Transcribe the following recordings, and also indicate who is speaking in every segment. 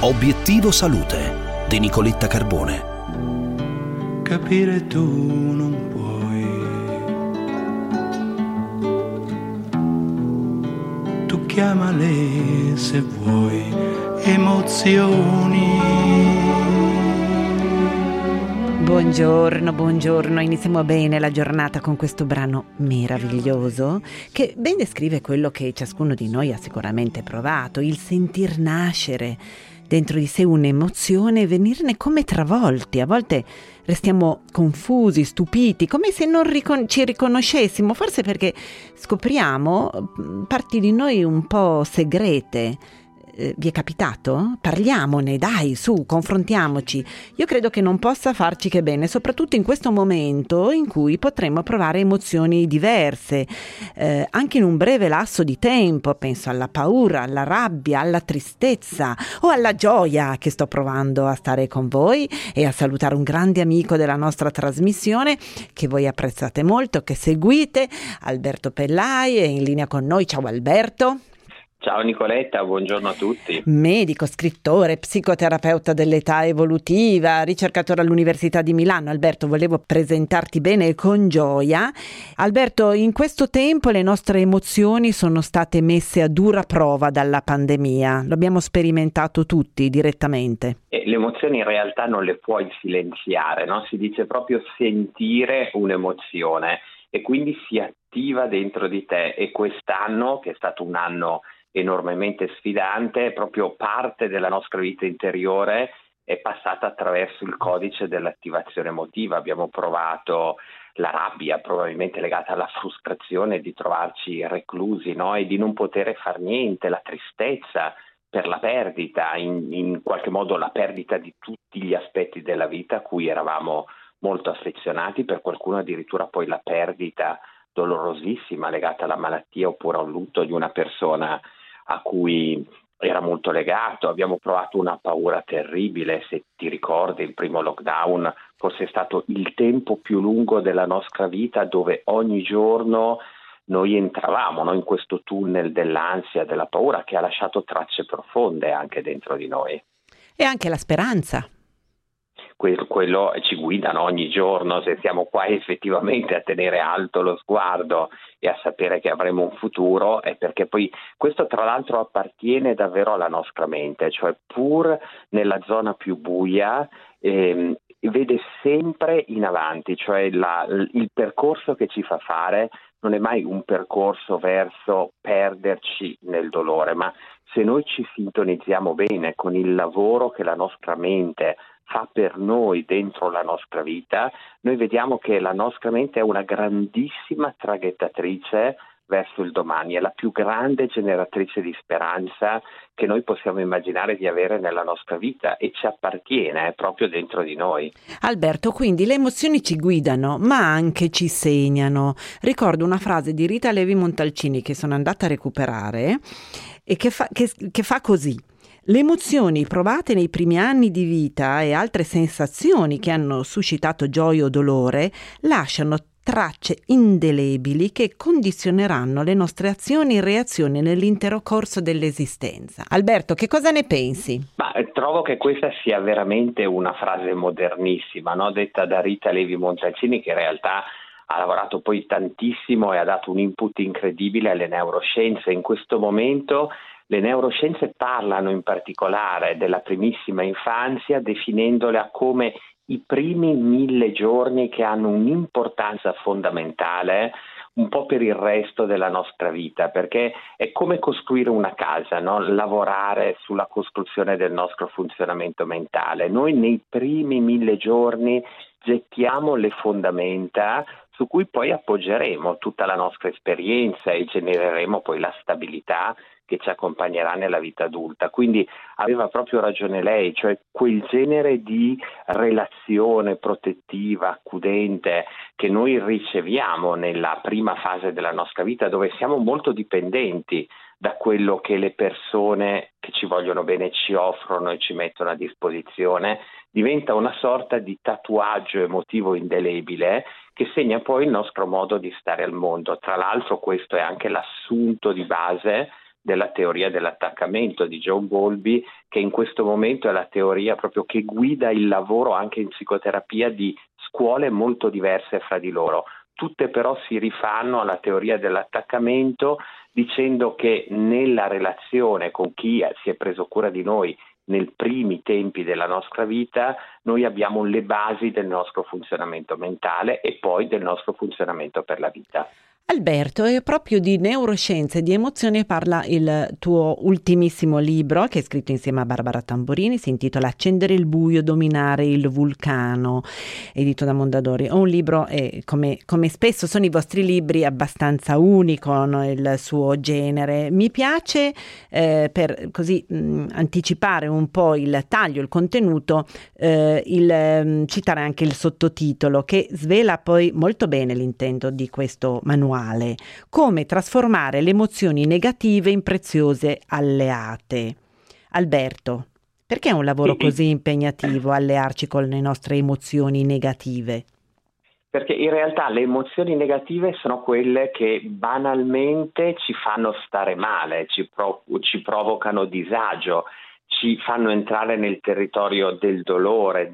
Speaker 1: Obiettivo Salute di Nicoletta Carbone.
Speaker 2: Capire tu non puoi, tu chiamale se vuoi emozioni.
Speaker 3: Buongiorno, iniziamo bene la giornata con questo brano meraviglioso che ben descrive quello che ciascuno di noi ha sicuramente provato, il sentir nascere dentro di sé un'emozione e venirne come travolti. A volte restiamo confusi, stupiti, come se non ci riconoscessimo, forse perché scopriamo parti di noi un po' segrete. Vi è capitato? Parliamone, dai, su, confrontiamoci. Io credo che non possa farci che bene, soprattutto in questo momento in cui potremmo provare emozioni diverse, anche in un breve lasso di tempo. Penso alla paura, alla rabbia, alla tristezza o alla gioia che sto provando a stare con voi e a salutare un grande amico della nostra trasmissione che voi apprezzate molto, che seguite, Alberto Pellai, è in linea con noi. Ciao Alberto.
Speaker 4: Ciao Nicoletta, buongiorno a tutti.
Speaker 3: Medico, scrittore, psicoterapeuta dell'età evolutiva, ricercatore all'Università di Milano. Alberto, volevo presentarti bene e con gioia. Alberto, in questo tempo le nostre emozioni sono state messe a dura prova dalla pandemia. Lo abbiamo sperimentato tutti direttamente.
Speaker 4: Le emozioni in realtà non le puoi silenziare, no? Si dice proprio sentire un'emozione e quindi si attiva dentro di te, e quest'anno, che è stato un anno enormemente sfidante, proprio parte della nostra vita interiore è passata attraverso il codice dell'attivazione emotiva. Abbiamo provato la rabbia, probabilmente legata alla frustrazione di trovarci reclusi, no? E di non poter far niente, la tristezza per la perdita, in qualche modo la perdita di tutti gli aspetti della vita a cui eravamo molto affezionati, per qualcuno addirittura poi la perdita dolorosissima legata alla malattia oppure al lutto di una persona a cui era molto legato. Abbiamo provato una paura terribile. Se ti ricordi, il primo lockdown forse è stato il tempo più lungo della nostra vita, dove ogni giorno noi entravamo, no, in questo tunnel dell'ansia, della paura, che ha lasciato tracce profonde anche dentro di noi.
Speaker 3: E anche la speranza.
Speaker 4: Quello ci guidano ogni giorno, se siamo qua effettivamente a tenere alto lo sguardo e a sapere che avremo un futuro, è perché poi questo tra l'altro appartiene davvero alla nostra mente, cioè pur nella zona più buia vede sempre in avanti, cioè il percorso che ci fa fare non è mai un percorso verso perderci nel dolore, ma se noi ci sintonizziamo bene con il lavoro che la nostra mente fa per noi dentro la nostra vita, noi vediamo che la nostra mente è una grandissima traghettatrice verso il domani, è la più grande generatrice di speranza che noi possiamo immaginare di avere nella nostra vita, e ci appartiene, è proprio dentro di noi.
Speaker 3: Alberto, quindi le emozioni ci guidano, ma anche ci segnano. Ricordo una frase di Rita Levi Montalcini che sono andata a recuperare e che fa così: le emozioni provate nei primi anni di vita e altre sensazioni che hanno suscitato gioia o dolore lasciano tracce indelebili che condizioneranno le nostre azioni e reazioni nell'intero corso dell'esistenza. Alberto, che cosa ne pensi?
Speaker 4: Trovo che questa sia veramente una frase modernissima, no? Detta da Rita Levi Montalcini, che in realtà ha lavorato poi tantissimo e ha dato un input incredibile alle neuroscienze. In questo momento le neuroscienze parlano in particolare della primissima infanzia, definendola come i primi 1000 giorni che hanno un'importanza fondamentale un po' per il resto della nostra vita, perché è come costruire una casa, no? Lavorare sulla costruzione del nostro funzionamento mentale. Noi nei primi 1000 giorni gettiamo le fondamenta su cui poi appoggeremo tutta la nostra esperienza e genereremo poi la stabilità che ci accompagnerà nella vita adulta. Quindi aveva proprio ragione lei, cioè quel genere di relazione protettiva, accudente che noi riceviamo nella prima fase della nostra vita, dove siamo molto dipendenti da quello che le persone che ci vogliono bene ci offrono e ci mettono a disposizione, diventa una sorta di tatuaggio emotivo indelebile che segna poi il nostro modo di stare al mondo. Tra l'altro questo è anche l'assunto di base della teoria dell'attaccamento di John Bowlby, che in questo momento è la teoria proprio che guida il lavoro anche in psicoterapia di scuole molto diverse fra di loro. Tutte però si rifanno alla teoria dell'attaccamento, dicendo che nella relazione con chi si è preso cura di noi nei primi tempi della nostra vita, noi abbiamo le basi del nostro funzionamento mentale e poi del nostro funzionamento per la vita.
Speaker 3: Alberto, è proprio di neuroscienze e di emozioni parla il tuo ultimissimo libro, che è scritto insieme a Barbara Tamborini, si intitola Accendere il buio, dominare il vulcano, edito da Mondadori. È un libro, come spesso sono i vostri libri, abbastanza unico nel suo genere. Mi piace, per così anticipare un po' il taglio, il contenuto, citare anche il sottotitolo, che svela poi molto bene l'intento di questo manuale. Come trasformare le emozioni negative in preziose alleate. Alberto, perché è un lavoro così impegnativo allearci con le nostre emozioni negative?
Speaker 4: Perché in realtà le emozioni negative sono quelle che banalmente ci fanno stare male, ci provocano disagio, ci fanno entrare nel territorio del dolore,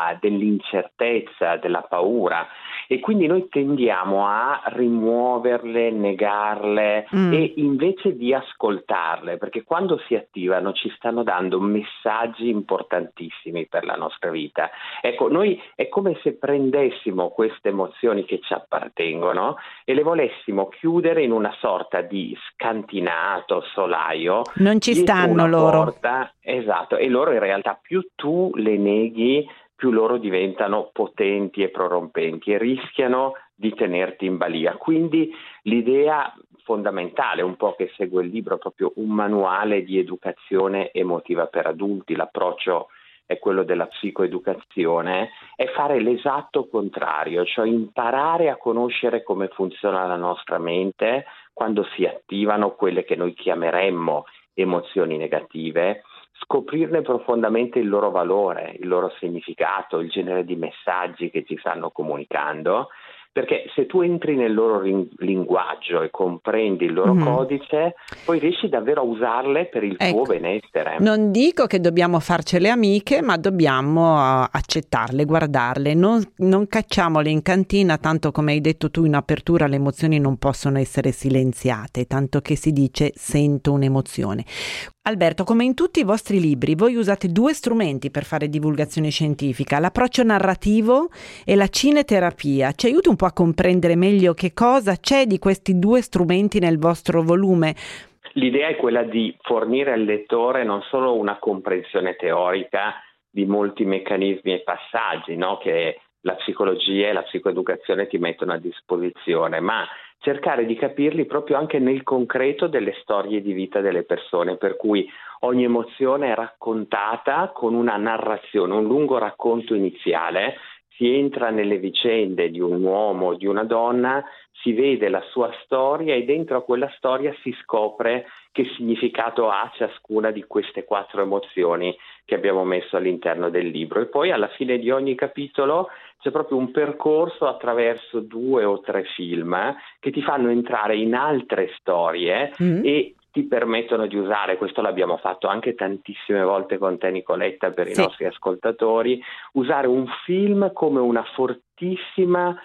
Speaker 4: dell'incertezza, della paura, e quindi noi tendiamo a rimuoverle, negarle e invece di ascoltarle, perché quando si attivano ci stanno dando messaggi importantissimi per la nostra vita. Ecco, noi è come se prendessimo queste emozioni che ci appartengono e le volessimo chiudere in una sorta di scantinato, solaio.
Speaker 3: Non ci stanno loro.
Speaker 4: Porta, esatto, e loro in realtà più tu le neghi, più loro diventano potenti e prorompenti e rischiano di tenerti in balia. Quindi l'idea fondamentale, un po' che segue il libro, è proprio un manuale di educazione emotiva per adulti, l'approccio è quello della psicoeducazione, è fare l'esatto contrario, cioè imparare a conoscere come funziona la nostra mente quando si attivano quelle che noi chiameremmo emozioni negative, scoprirne profondamente il loro valore, il loro significato, il genere di messaggi che ci stanno comunicando, perché se tu entri nel loro linguaggio e comprendi il loro codice, poi riesci davvero a usarle per il tuo benessere.
Speaker 3: Non dico che dobbiamo farcele amiche, ma dobbiamo accettarle, guardarle, non cacciamole in cantina, tanto come hai detto tu in apertura le emozioni non possono essere silenziate, tanto che si dice sento un'emozione. Alberto, come in tutti i vostri libri, voi usate due strumenti per fare divulgazione scientifica, l'approccio narrativo e la cineterapia. Ci aiuti un po' a comprendere meglio che cosa c'è di questi due strumenti nel vostro volume?
Speaker 4: L'idea è quella di fornire al lettore non solo una comprensione teorica di molti meccanismi e passaggi, no, che la psicologia e la psicoeducazione ti mettono a disposizione, ma cercare di capirli proprio anche nel concreto delle storie di vita delle persone, per cui ogni emozione è raccontata con una narrazione, un lungo racconto iniziale, si entra nelle vicende di un uomo o di una donna, si vede la sua storia e dentro a quella storia si scopre che significato ha ciascuna di queste 4 emozioni che abbiamo messo all'interno del libro. E poi alla fine di ogni capitolo c'è proprio un percorso attraverso 2 o 3 film che ti fanno entrare in altre storie e ti permettono di usare, questo l'abbiamo fatto anche tantissime volte con te Nicoletta per i nostri ascoltatori, usare un film come una fortissima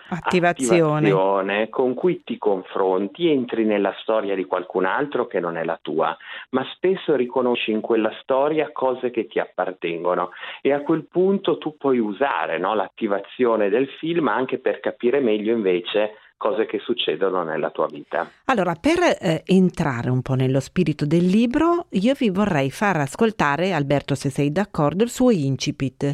Speaker 4: attivazione con cui ti confronti, entri nella storia di qualcun altro che non è la tua, ma spesso riconosci in quella storia cose che ti appartengono e a quel punto tu puoi usare, no, l'attivazione del film anche per capire meglio invece cose che succedono nella tua vita.
Speaker 3: Allora, per entrare un po' nello spirito del libro, io vi vorrei far ascoltare, Alberto, se sei d'accordo, il suo incipit.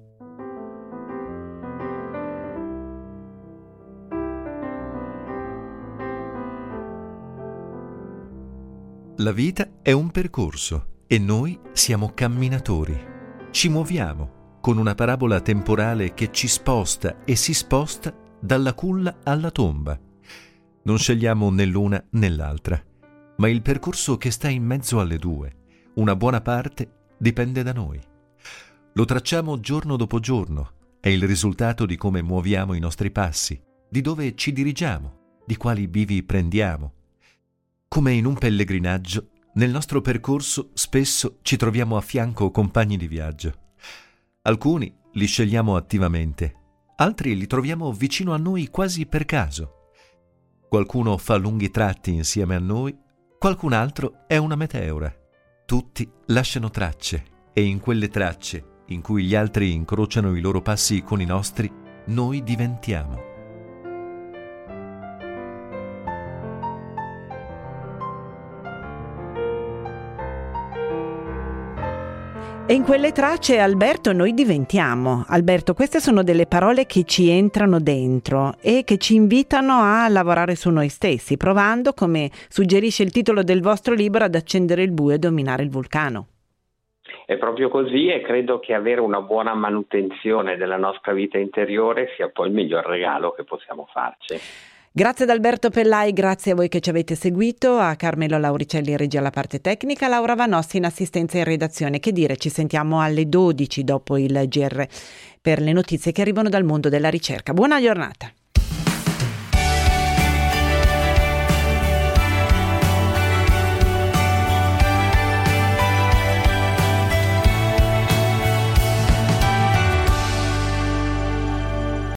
Speaker 5: La vita è un percorso e noi siamo camminatori. Ci muoviamo con una parabola temporale che ci sposta e si sposta dalla culla alla tomba. Non scegliamo né l'una né l'altra, ma il percorso che sta in mezzo alle due, una buona parte, dipende da noi. Lo tracciamo giorno dopo giorno, è il risultato di come muoviamo i nostri passi, di dove ci dirigiamo, di quali bivi prendiamo. Come in un pellegrinaggio, Nel nostro percorso spesso ci troviamo a fianco compagni di viaggio. Alcuni li scegliamo attivamente, altri li troviamo vicino a noi quasi per caso. Qualcuno fa lunghi tratti insieme a noi, qualcun altro è una meteora. Tutti lasciano tracce e in quelle tracce, in cui gli altri incrociano i loro passi con i nostri, noi diventiamo.
Speaker 3: E in quelle tracce, Alberto, noi diventiamo. Alberto, queste sono delle parole che ci entrano dentro e che ci invitano a lavorare su noi stessi, provando, come suggerisce il titolo del vostro libro, ad accendere il buio e dominare il vulcano.
Speaker 4: È proprio così, e credo che avere una buona manutenzione della nostra vita interiore sia poi il miglior regalo che possiamo farci.
Speaker 3: Grazie ad Alberto Pellai, grazie a voi che ci avete seguito, a Carmelo Lauricelli in regia alla parte tecnica, Laura Vanossi in assistenza in redazione. Che dire, ci sentiamo alle 12 dopo il GR per le notizie che arrivano dal mondo della ricerca. Buona giornata.